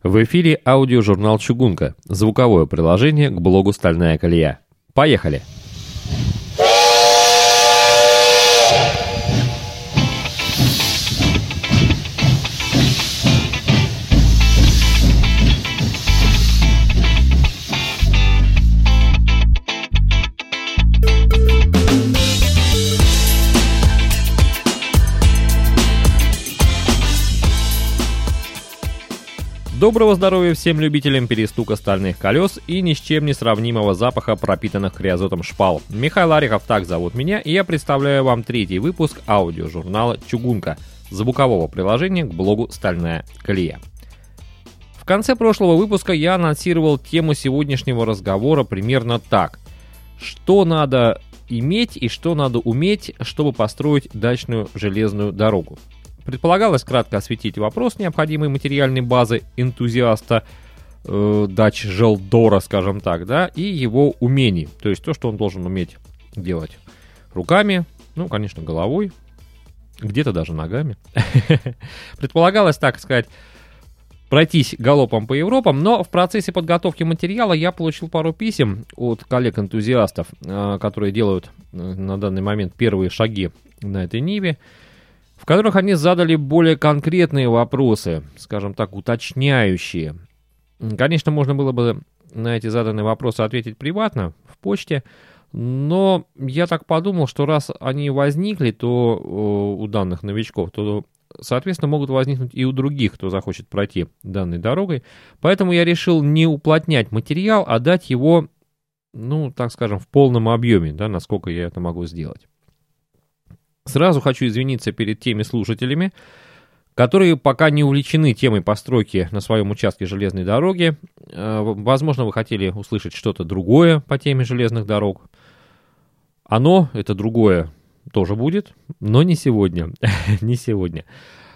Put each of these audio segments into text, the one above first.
В эфире аудиожурнал «Чугунка». Звуковое приложение к блогу «Стальная колея». Поехали! Доброго здоровья всем любителям перестука стальных колес и ни с чем не сравнимого запаха пропитанных криозотом шпал. Михаил Орехов, так зовут меня, и я представляю вам третий выпуск аудиожурнала «Чугунка», звукового приложения к блогу «Стальная колея». В конце прошлого выпуска я анонсировал тему сегодняшнего разговора примерно так. Что надо иметь и что надо уметь, чтобы построить дачную железную дорогу. Предполагалось кратко осветить вопрос необходимой материальной базы энтузиаста дач желдора, скажем так, да, и его умений. То есть то, что он должен уметь делать руками, ну, конечно, головой, где-то даже ногами. Предполагалось, так сказать, пройтись галопом по Европам, но в процессе подготовки материала я получил пару писем от коллег-энтузиастов, которые делают на данный момент первые шаги на этой ниве, в которых они задали более конкретные вопросы, скажем так, уточняющие. Конечно, можно было бы на эти заданные вопросы ответить приватно, в почте, но я так подумал, что раз они возникли, то у данных новичков, то, соответственно, могут возникнуть и у других, кто захочет пройти данной дорогой. Поэтому я решил не уплотнять материал, а дать его, ну, так скажем, в полном объеме, да, насколько я это могу сделать. Сразу хочу извиниться перед теми слушателями, которые пока не увлечены темой постройки на своем участке железной дороги. Возможно, вы хотели услышать что-то другое по теме железных дорог. Это другое, тоже будет, но не сегодня. Не сегодня.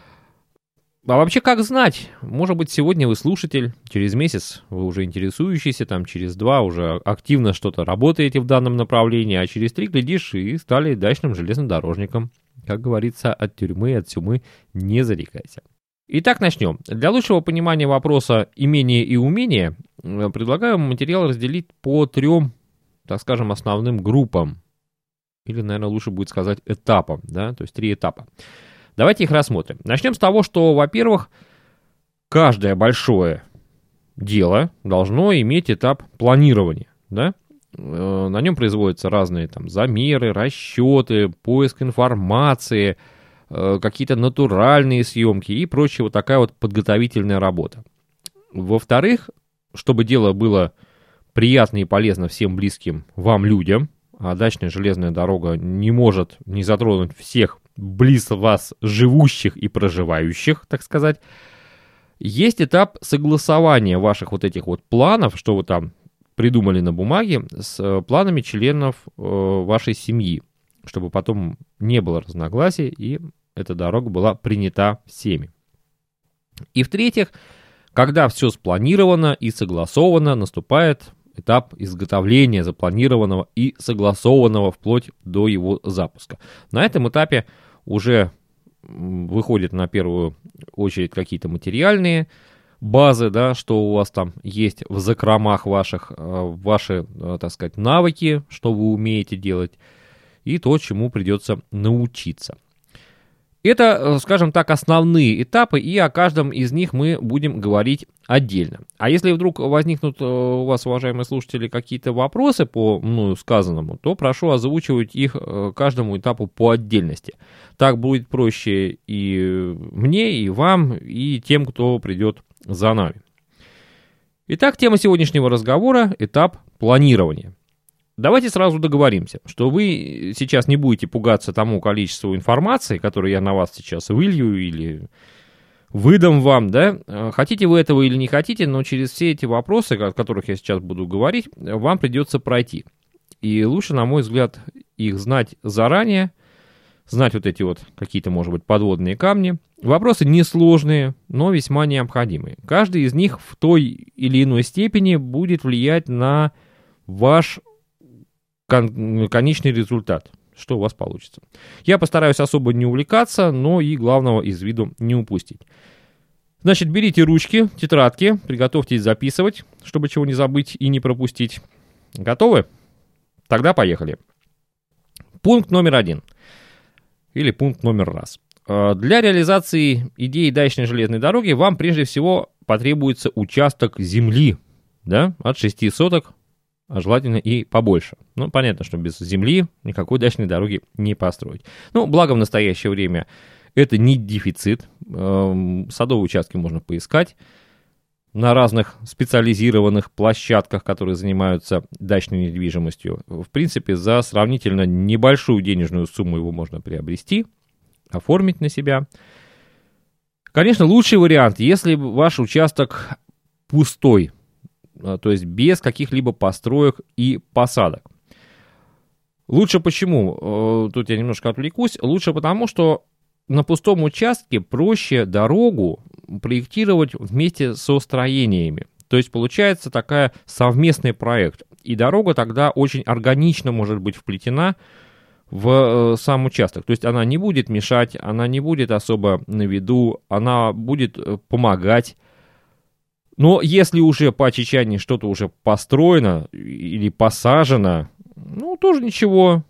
А вообще, как знать? Может быть, сегодня вы слушатель, через месяц вы уже интересующийся, там, через 2 уже активно что-то работаете в данном направлении, а через 3, глядишь, и стали дачным железнодорожником. Как говорится, от тюрьмы, от сумы не зарекайся. Итак, начнем. Для лучшего понимания вопроса имения и умения предлагаю материал разделить по 3, так скажем, основным группам. Или, наверное, лучше будет сказать этапам, да, то есть 3 этапа. Давайте их рассмотрим. Начнем с того, что, во-первых, каждое большое дело должно иметь этап планирования. Да? На нем производятся разные там замеры, расчеты, поиск информации, какие-то натуральные съемки и прочая вот такая вот подготовительная работа. Во-вторых, чтобы дело было приятно и полезно всем близким вам людям, а дачная железная дорога не может не затронуть всех близ вас живущих и проживающих, так сказать, есть этап согласования ваших вот этих вот планов, что вы там придумали на бумаге, с планами членов вашей семьи, чтобы потом не было разногласий и эта дорога была принята всеми. И в-третьих, когда все спланировано и согласовано, наступает этап изготовления запланированного и согласованного вплоть до его запуска. На этом этапе уже выходят на первую очередь какие-то материальные базы, да, что у вас там есть в закромах ваших, ваши, так сказать, навыки, что вы умеете делать, и то, чему придется научиться. Это, скажем так, основные этапы, и о каждом из них мы будем говорить отдельно. А если вдруг возникнут у вас, уважаемые слушатели, какие-то вопросы по мною сказанному, то прошу озвучивать их каждому этапу по отдельности. Так будет проще и мне, и вам, и тем, кто придет за нами. Итак, тема сегодняшнего разговора – этап планирования. Давайте сразу договоримся, что вы сейчас не будете пугаться тому количеству информации, которую я на вас сейчас вылью или выдам вам, да? Хотите вы этого или не хотите, но через все эти вопросы, о которых я сейчас буду говорить, вам придется пройти. И лучше, на мой взгляд, их знать заранее, знать вот эти вот какие-то, может быть, подводные камни. Вопросы несложные, но весьма необходимые. Каждый из них в той или иной степени будет влиять на ваш конечный результат, что у вас получится. Я постараюсь особо не увлекаться, но и главного из виду не упустить. Значит, берите ручки, тетрадки, приготовьтесь записывать, чтобы чего не забыть и не пропустить. Готовы? Тогда поехали. Пункт номер 1. Или пункт номер раз. Для реализации идеи дачной железной дороги вам прежде всего потребуется участок земли, да, от 6 соток, а желательно и побольше. Ну, понятно, что без земли никакой дачной дороги не построить. Ну, благо в настоящее время это не дефицит. Садовые участки можно поискать на разных специализированных площадках, которые занимаются дачной недвижимостью. В принципе, за сравнительно небольшую денежную сумму его можно приобрести, оформить на себя. Конечно, лучший вариант, если ваш участок пустой, то есть без каких-либо построек и посадок. Лучше почему? Тут я немножко отвлекусь. Лучше потому, что на пустом участке проще дорогу проектировать вместе со строениями. То есть получается такая совместный проект. И дорога тогда очень органично может быть вплетена в сам участок. То есть она не будет мешать, она не будет особо на виду, она будет помогать. Но если уже по Чечане что-то уже построено или посажено, ну, тоже ничего.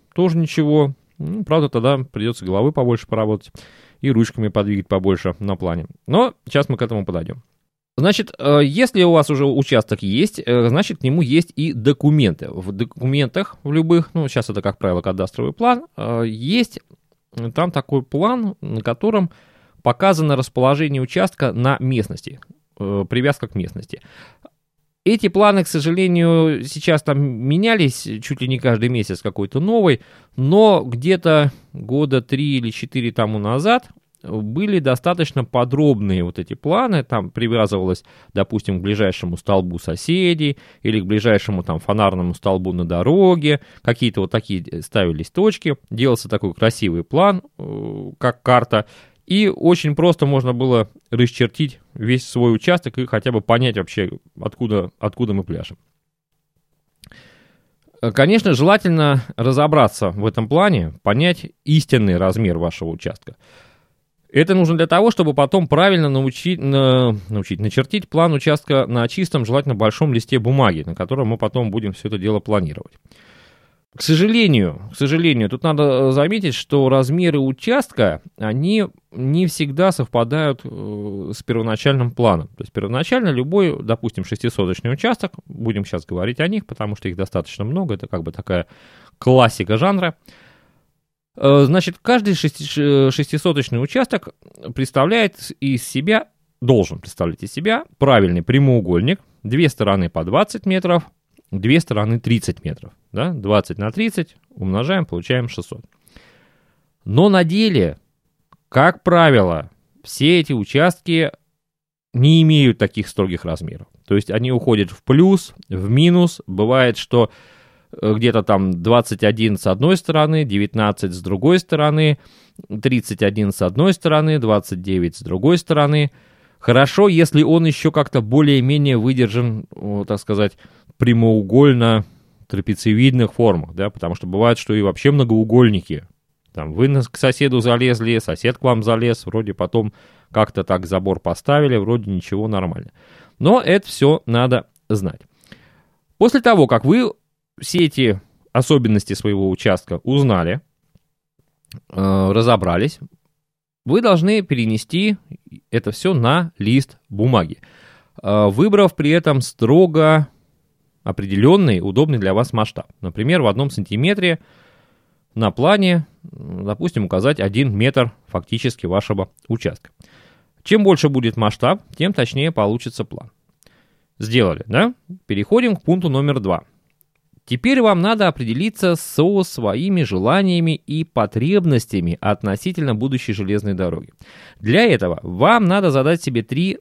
Ну, правда, тогда придется головой побольше поработать и ручками подвигать побольше на плане. Но сейчас мы к этому подойдем. Значит, если у вас уже участок есть, значит, к нему есть и документы. В документах, в любых, ну, сейчас это, как правило, кадастровый план, есть там такой план, на котором показано расположение участка на местности, привязка к местности. Эти планы, к сожалению, сейчас там менялись чуть ли не каждый месяц какой-то новый, но где-то года 3 или 4 тому назад были достаточно подробные вот эти планы. Там привязывалось, допустим, к ближайшему столбу соседей или к ближайшему там фонарному столбу на дороге. Какие-то вот такие ставились точки. Делался такой красивый план, как карта. И очень просто можно было расчертить весь свой участок и хотя бы понять вообще, откуда мы пляшем. Конечно, желательно разобраться в этом плане, понять истинный размер вашего участка. Это нужно для того, чтобы потом правильно начертить план участка на чистом, желательно большом листе бумаги, на котором мы потом будем все это дело планировать. К сожалению, тут надо заметить, что размеры участка, они не всегда совпадают с первоначальным планом. То есть первоначально любой, допустим, 6-соточный участок, будем сейчас говорить о них, потому что их достаточно много, это как бы такая классика жанра. Значит, каждый 6-соточный участок должен представлять из себя правильный прямоугольник, две стороны по 20 метров, две стороны 30 метров. Да? 20 на 30 умножаем, получаем 600. Но на деле, как правило, все эти участки не имеют таких строгих размеров. То есть они уходят в плюс, в минус. Бывает, что где-то там 21 с одной стороны, 19 с другой стороны, 31 с одной стороны, 29 с другой стороны. Хорошо, если он еще как-то более-менее выдержан, так сказать, прямоугольно-трапециевидных формах, да, потому что бывает, что и вообще многоугольники. Там вы к соседу залезли, сосед к вам залез, вроде потом как-то так забор поставили, вроде ничего, нормально. Но это все надо знать. После того, как вы все эти особенности своего участка узнали, разобрались, вы должны перенести это все на лист бумаги, выбрав при этом строго определенный, удобный для вас масштаб. Например, в 1 сантиметре на плане, допустим, указать 1 метр фактически вашего участка. Чем больше будет масштаб, тем точнее получится план. Сделали, да? Переходим к пункту номер 2. Теперь вам надо определиться со своими желаниями и потребностями относительно будущей железной дороги. Для этого вам надо задать себе три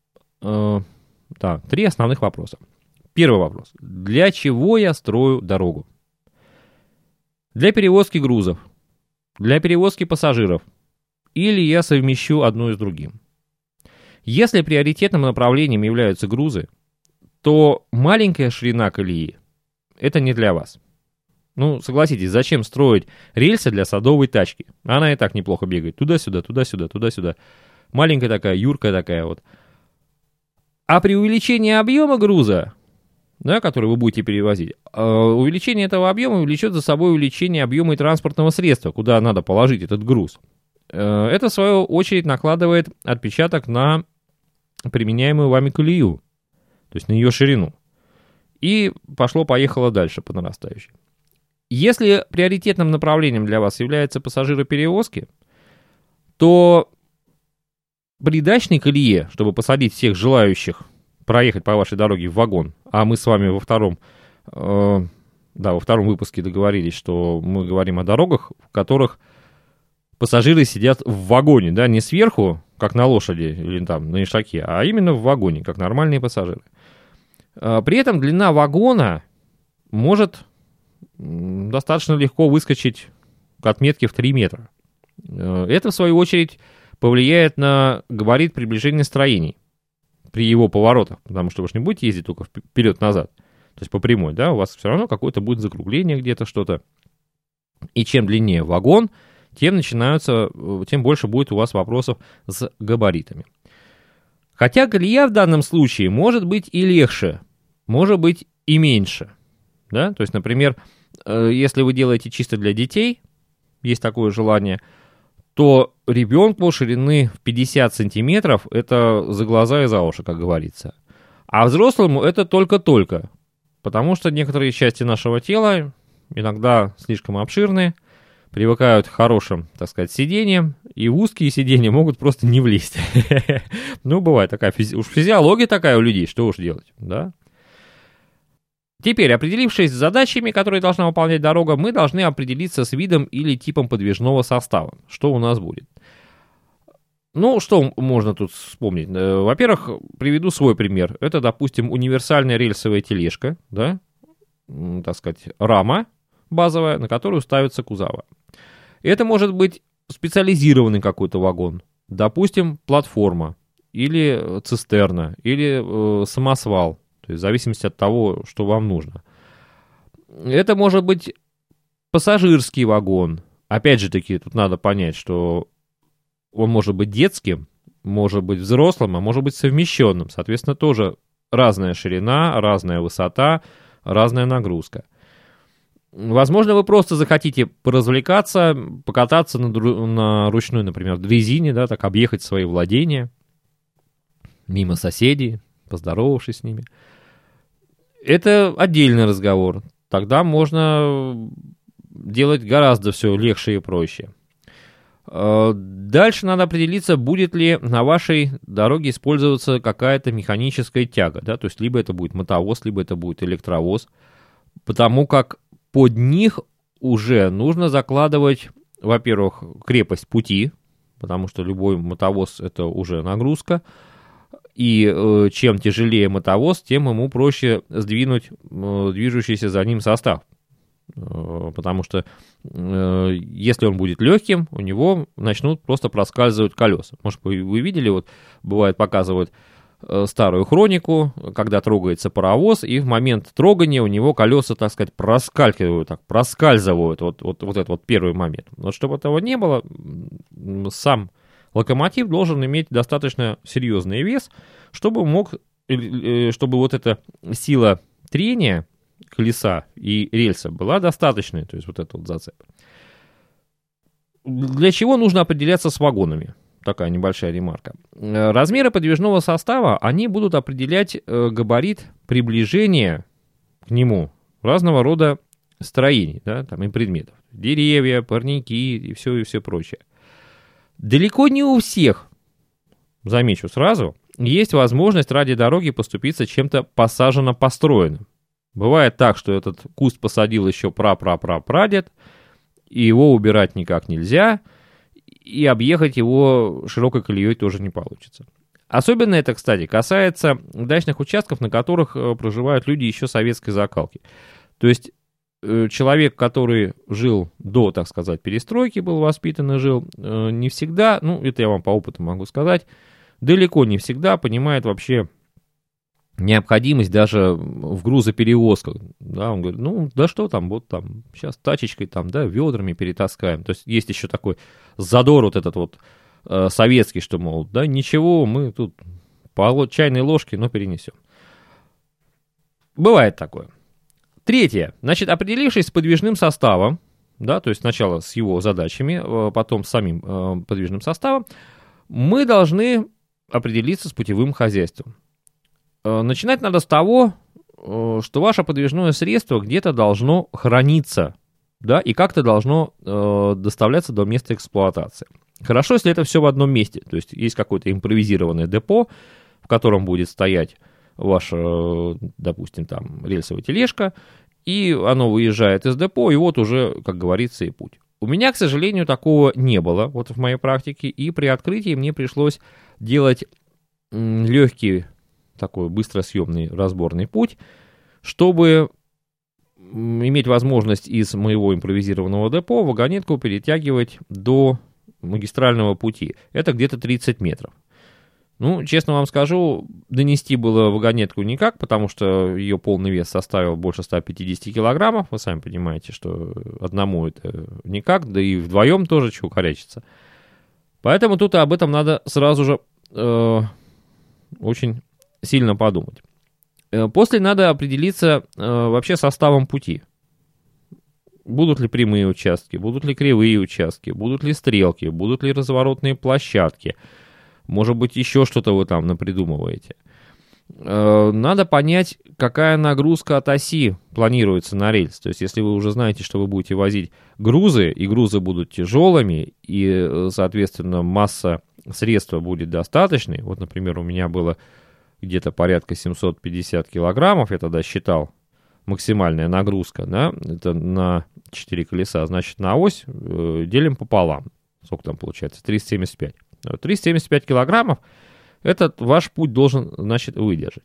основных вопроса. Первый вопрос. Для чего я строю дорогу? Для перевозки грузов, для перевозки пассажиров, или я совмещу одно с другим? Если приоритетным направлением являются грузы, то маленькая ширина колеи – это не для вас. Ну, согласитесь, зачем строить рельсы для садовой тачки? Она и так неплохо бегает. Туда-сюда, туда-сюда, туда-сюда. маленькая такая, юркая такая вот. А при увеличении объема груза, да, который вы будете перевозить, увеличение этого объема влечет за собой увеличение объема и транспортного средства, куда надо положить этот груз. Это, в свою очередь, накладывает отпечаток на применяемую вами колею, то есть на ее ширину. И пошло-поехало дальше по нарастающей. Если приоритетным направлением для вас является пассажироперевозки, то при дачной колее, чтобы посадить всех желающих проехать по вашей дороге в вагон, а мы с вами во втором выпуске договорились, что мы говорим о дорогах, в которых пассажиры сидят в вагоне, да, не сверху, как на лошади или там на ишаке, а именно в вагоне, как нормальные пассажиры. При этом длина вагона может достаточно легко выскочить к отметке в 3 метра. Это, в свою очередь, повлияет на габарит приближения строений при его поворотах, потому что вы же не будете ездить только вперед-назад, то есть по прямой, да, у вас все равно какое-то будет закругление где-то, что-то. И чем длиннее вагон, тем больше будет у вас вопросов с габаритами. Хотя колея в данном случае может быть и легче, может быть и меньше, да, то есть, например, если вы делаете чисто для детей, есть такое желание, то ребенку ширины в 50 сантиметров это за глаза и за уши, как говорится. А взрослому это только-только, потому что некоторые части нашего тела, иногда слишком обширные, привыкают к хорошим, так сказать, сиденьям, и в узкие сиденья могут просто не влезть. Ну, бывает такая физиология такая у людей, что уж делать, да? Теперь, определившись с задачами, которые должна выполнять дорога, мы должны определиться с видом или типом подвижного состава. Что у нас будет? Ну, что можно тут вспомнить? Во-первых, приведу свой пример. Это, допустим, универсальная рельсовая тележка, да, так сказать, рама базовая, на которую ставятся кузова. Это может быть специализированный какой-то вагон, допустим, платформа, или цистерна, или самосвал. То есть в зависимости от того, что вам нужно. Это может быть пассажирский вагон. Опять же таки, тут надо понять, что он может быть детским, может быть взрослым, а может быть совмещенным. Соответственно, тоже разная ширина, разная высота, разная нагрузка. Возможно, вы просто захотите поразвлекаться, покататься на ручной, например, дрезине, да, так объехать свои владения, мимо соседей, поздоровавшись с ними. Это отдельный разговор. Тогда можно делать гораздо все легче и проще. Дальше надо определиться, будет ли на вашей дороге использоваться какая-то механическая тяга. Да? То есть либо это будет мотовоз, либо это будет электровоз. Потому как под них уже нужно закладывать, во-первых, крепость пути, потому что любой мотовоз — это уже нагрузка. И чем тяжелее мотовоз, тем ему проще сдвинуть движущийся за ним состав. Потому что если он будет легким, у него начнут просто проскальзывать колеса. Может, вы видели, вот бывает показывают старую хронику, когда трогается паровоз, и в момент трогания у него колеса, так сказать, проскальзывают. Вот этот вот первый момент. Вот чтобы этого не было, сам локомотив должен иметь достаточно серьезный вес, чтобы вот эта сила трения колеса и рельса была достаточной, то есть вот этот вот зацеп. Для чего нужно определяться с вагонами? Такая небольшая ремарка. Размеры подвижного состава, они будут определять габарит приближения к нему разного рода строений, да, там и предметов. Деревья, парники и все прочее. Далеко не у всех, замечу сразу, есть возможность ради дороги поступиться чем-то посаженно-построенным. Бывает так, что этот куст посадил еще прадед, и его убирать никак нельзя, и объехать его широкой колеей тоже не получится. Особенно это, кстати, касается дачных участков, на которых проживают люди еще советской закалки. То есть человек, который жил до, так сказать, перестройки, был воспитан и жил, не всегда, ну, это я вам по опыту могу сказать, далеко не всегда понимает вообще необходимость даже в грузоперевозках. Да, он говорит, ну, да что там, вот там, сейчас тачечкой там, да, ведрами перетаскаем. То есть есть еще такой задор вот этот вот советский, что, мол, да ничего, мы тут по чайной ложке, но перенесем. Бывает такое. Третье. Значит, определившись с подвижным составом, да, то есть сначала с его задачами, потом с самим подвижным составом, мы должны определиться с путевым хозяйством. Начинать надо с того, что ваше подвижное средство где-то должно храниться, да, и как-то должно доставляться до места эксплуатации. Хорошо, если это все в одном месте, то есть есть какое-то импровизированное депо, в котором будет стоять ваша, допустим, там рельсовая тележка, и оно выезжает из депо, и вот уже, как говорится, и путь. У меня, к сожалению, такого не было вот в моей практике, и при открытии мне пришлось делать легкий, такой быстросъемный разборный путь, чтобы иметь возможность из моего импровизированного депо вагонетку перетягивать до магистрального пути. Это где-то 30 метров. Ну, честно вам скажу, донести было вагонетку никак, потому что ее полный вес составил больше 150 килограммов. Вы сами понимаете, что одному это никак, да и вдвоем тоже чего корячиться. Поэтому тут об этом надо сразу же очень сильно подумать. После надо определиться вообще составом пути. Будут ли прямые участки, будут ли кривые участки, будут ли стрелки, будут ли разворотные площадки. Может быть, еще что-то вы там напридумываете. Надо понять, какая нагрузка от оси планируется на рельс. То есть, если вы уже знаете, что вы будете возить грузы, и грузы будут тяжелыми, и, соответственно, масса средства будет достаточной. Вот, например, у меня было где-то порядка 750 килограммов, я тогда считал, максимальная нагрузка, да, это на 4 колеса, значит, на ось делим пополам. Сколько там получается? 375. 375 килограммов этот ваш путь должен, значит, выдержать.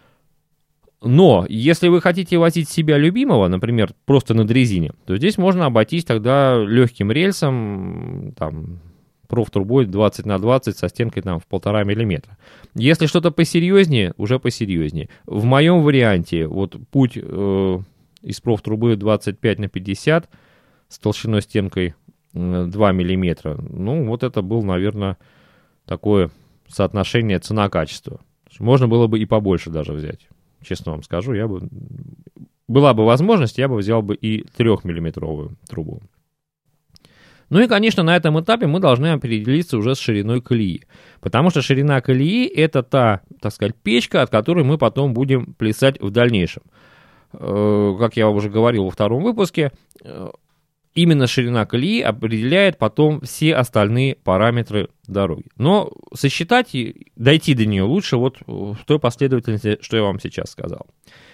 Но если вы хотите возить себя любимого, например, просто на дрезине, то здесь можно обойтись тогда легким рельсом, там, профтрубой 20 на 20 со стенкой там в 1,5 миллиметра. Если что-то посерьезнее, уже посерьезнее. В моем варианте вот путь из профтрубы 25 на 50 с толщиной стенкой 2 миллиметра, ну вот это был, наверное, такое соотношение цена-качество. Можно было бы и побольше даже взять. Честно вам скажу, была бы возможность, я бы взял бы и 3-миллиметровую трубу. Ну и, конечно, на этом этапе мы должны определиться уже с шириной колеи. Потому что ширина колеи — это та, так сказать, печка, от которой мы потом будем плясать в дальнейшем. Как я уже говорил во втором выпуске, именно ширина колеи определяет потом все остальные параметры дороги. Но сосчитать и дойти до нее лучше вот в той последовательности, что я вам сейчас сказал.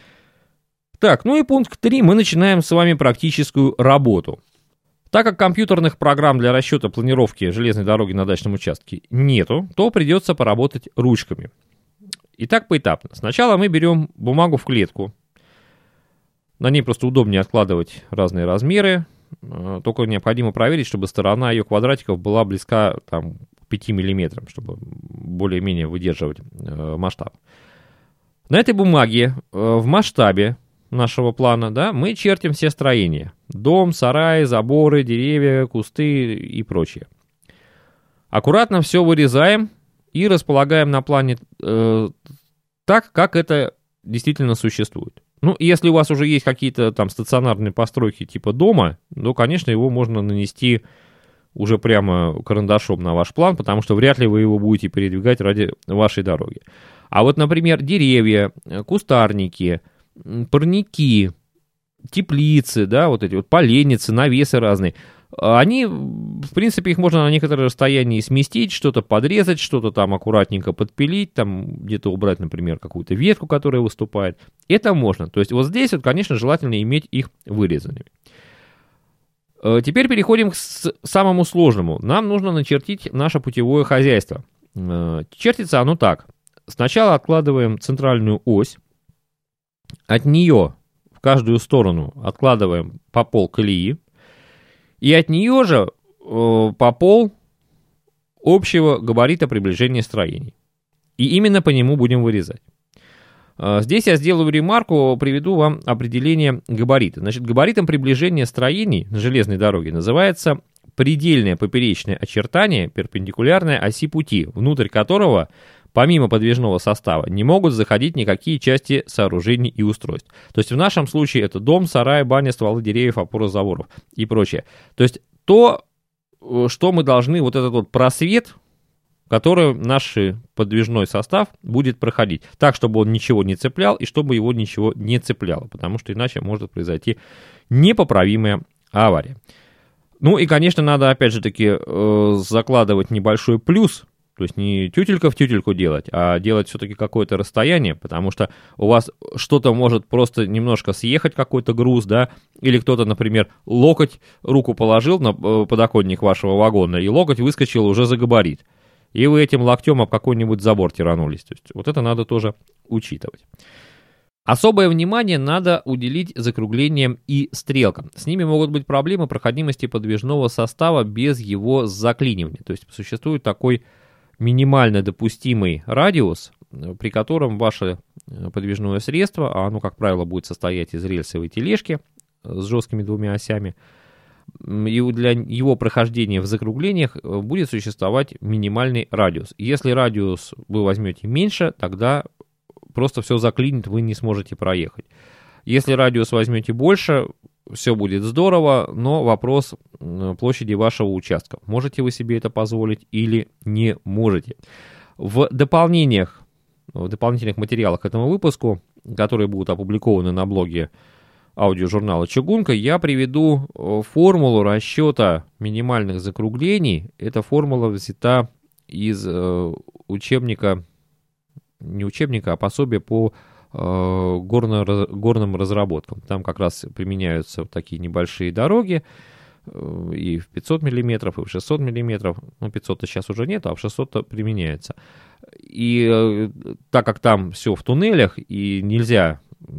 Так, ну и пункт 3. Мы начинаем с вами практическую работу. Так как компьютерных программ для расчета планировки железной дороги на дачном участке нету, то придется поработать ручками. Итак, поэтапно. Сначала мы берем бумагу в клетку. На ней просто удобнее откладывать разные размеры. Только необходимо проверить, чтобы сторона ее квадратиков была близка там, к 5 мм, чтобы более-менее выдерживать масштаб. На этой бумаге в масштабе нашего плана, да, мы чертим все строения. Дом, сарай, заборы, деревья, кусты и прочее. Аккуратно все вырезаем и располагаем на плане так, как это действительно существует. Ну, если у вас уже есть какие-то там стационарные постройки типа дома, то, конечно, его можно нанести уже прямо карандашом на ваш план, потому что вряд ли вы его будете передвигать ради вашей дороги. А вот, например, деревья, кустарники, парники, теплицы, да, вот эти вот поленницы, навесы разные, они, в принципе, их можно на некоторое расстояние сместить, что-то подрезать, что-то там аккуратненько подпилить, там где-то убрать, например, какую-то ветку, которая выступает. Это можно. То есть вот здесь, вот, конечно, желательно иметь их вырезанными. Теперь переходим к самому сложному. Нам нужно начертить наше путевое хозяйство. Чертится оно так. Сначала откладываем центральную ось. От нее в каждую сторону откладываем по пол колеи. И от нее же по пол общего габарита приближения строений. И именно по нему будем вырезать. Здесь я сделаю ремарку, приведу вам определение габарита. Значит, габаритом приближения строений на железной дороге называется предельное поперечное очертание, перпендикулярное оси пути, внутрь которого, помимо подвижного состава, не могут заходить никакие части сооружений и устройств. То есть в нашем случае это дом, сарай, баня, стволы деревьев, опоры заборов и прочее. То есть то, что мы должны, вот этот вот просвет, который наш подвижной состав будет проходить, так, чтобы он ничего не цеплял и чтобы его ничего не цепляло, потому что иначе может произойти непоправимая авария. Ну и, конечно, надо, опять же таки, закладывать небольшой плюс, то есть не тютелька в тютельку делать, а делать все-таки какое-то расстояние, потому что у вас что-то может просто немножко съехать, какой-то груз, да, или кто-то, например, локоть, руку положил на подоконник вашего вагона, и локоть выскочил уже за габарит, и вы этим локтем об какой-нибудь забор тиранулись. То есть вот это надо тоже учитывать. Особое внимание надо уделить закруглениям и стрелкам. С ними могут быть проблемы проходимости подвижного состава без его заклинивания. То есть существует такой минимально допустимый радиус, при котором ваше подвижное средство, а оно, как правило, будет состоять из рельсовой тележки с жесткими двумя осями, и для его прохождения в закруглениях будет существовать минимальный радиус. Если радиус вы возьмете меньше, тогда просто все заклинит, вы не сможете проехать. Если радиус возьмете больше, все будет здорово, но вопрос площади вашего участка. Можете вы себе это позволить или не можете. В дополнительных материалах к этому выпуску, которые будут опубликованы на блоге аудиожурнала «Чугунка», я приведу формулу расчета минимальных закруглений. Эта формула взята из учебника, не учебника, а пособия по горным разработкам. Там как раз применяются такие небольшие дороги и в 500 мм, и в 600 мм. Ну, 500-то сейчас уже нет, а в 600-то применяется. И так как там все в туннелях, и нельзя,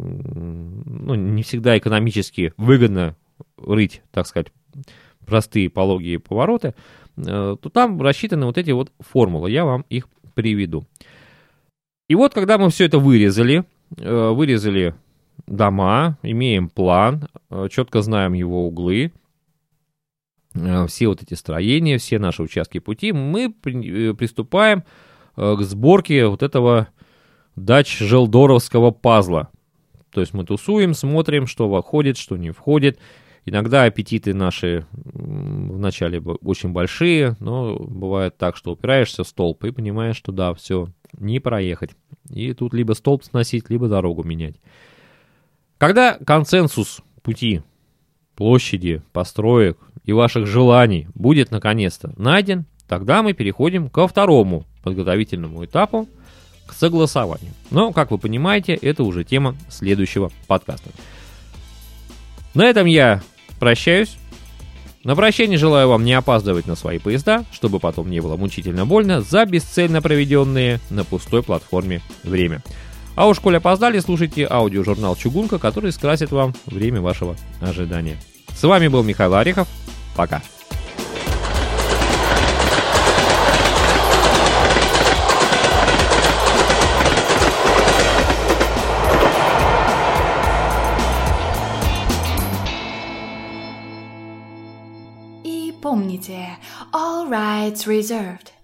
ну, не всегда экономически выгодно рыть, так сказать, простые пологие повороты, то там рассчитаны вот эти вот формулы. Я вам их приведу. И вот, когда мы все это вырезали дома, имеем план, четко знаем его углы, все вот эти строения, все наши участки пути, мы приступаем к сборке вот этого дач-желдоровского пазла. То есть мы тусуем, смотрим, что входит, что не входит. Иногда аппетиты наши вначале очень большие, но бывает так, что упираешься в столб и понимаешь, что да, все, не проехать. И тут либо столб сносить, либо дорогу менять. Когда консенсус пути, площади, построек и ваших желаний будет наконец-то найден, тогда мы переходим ко второму подготовительному этапу, к согласованию. Но, как вы понимаете, это уже тема следующего подкаста. На этом я прощаюсь. На прощание желаю вам не опаздывать на свои поезда, чтобы потом не было мучительно больно за бесцельно проведенные на пустой платформе время. А уж коль опоздали, слушайте аудиожурнал «Чугунка», который скрасит вам время вашего ожидания. С вами был Михаил Орехов. Пока. Помните, all rights reserved.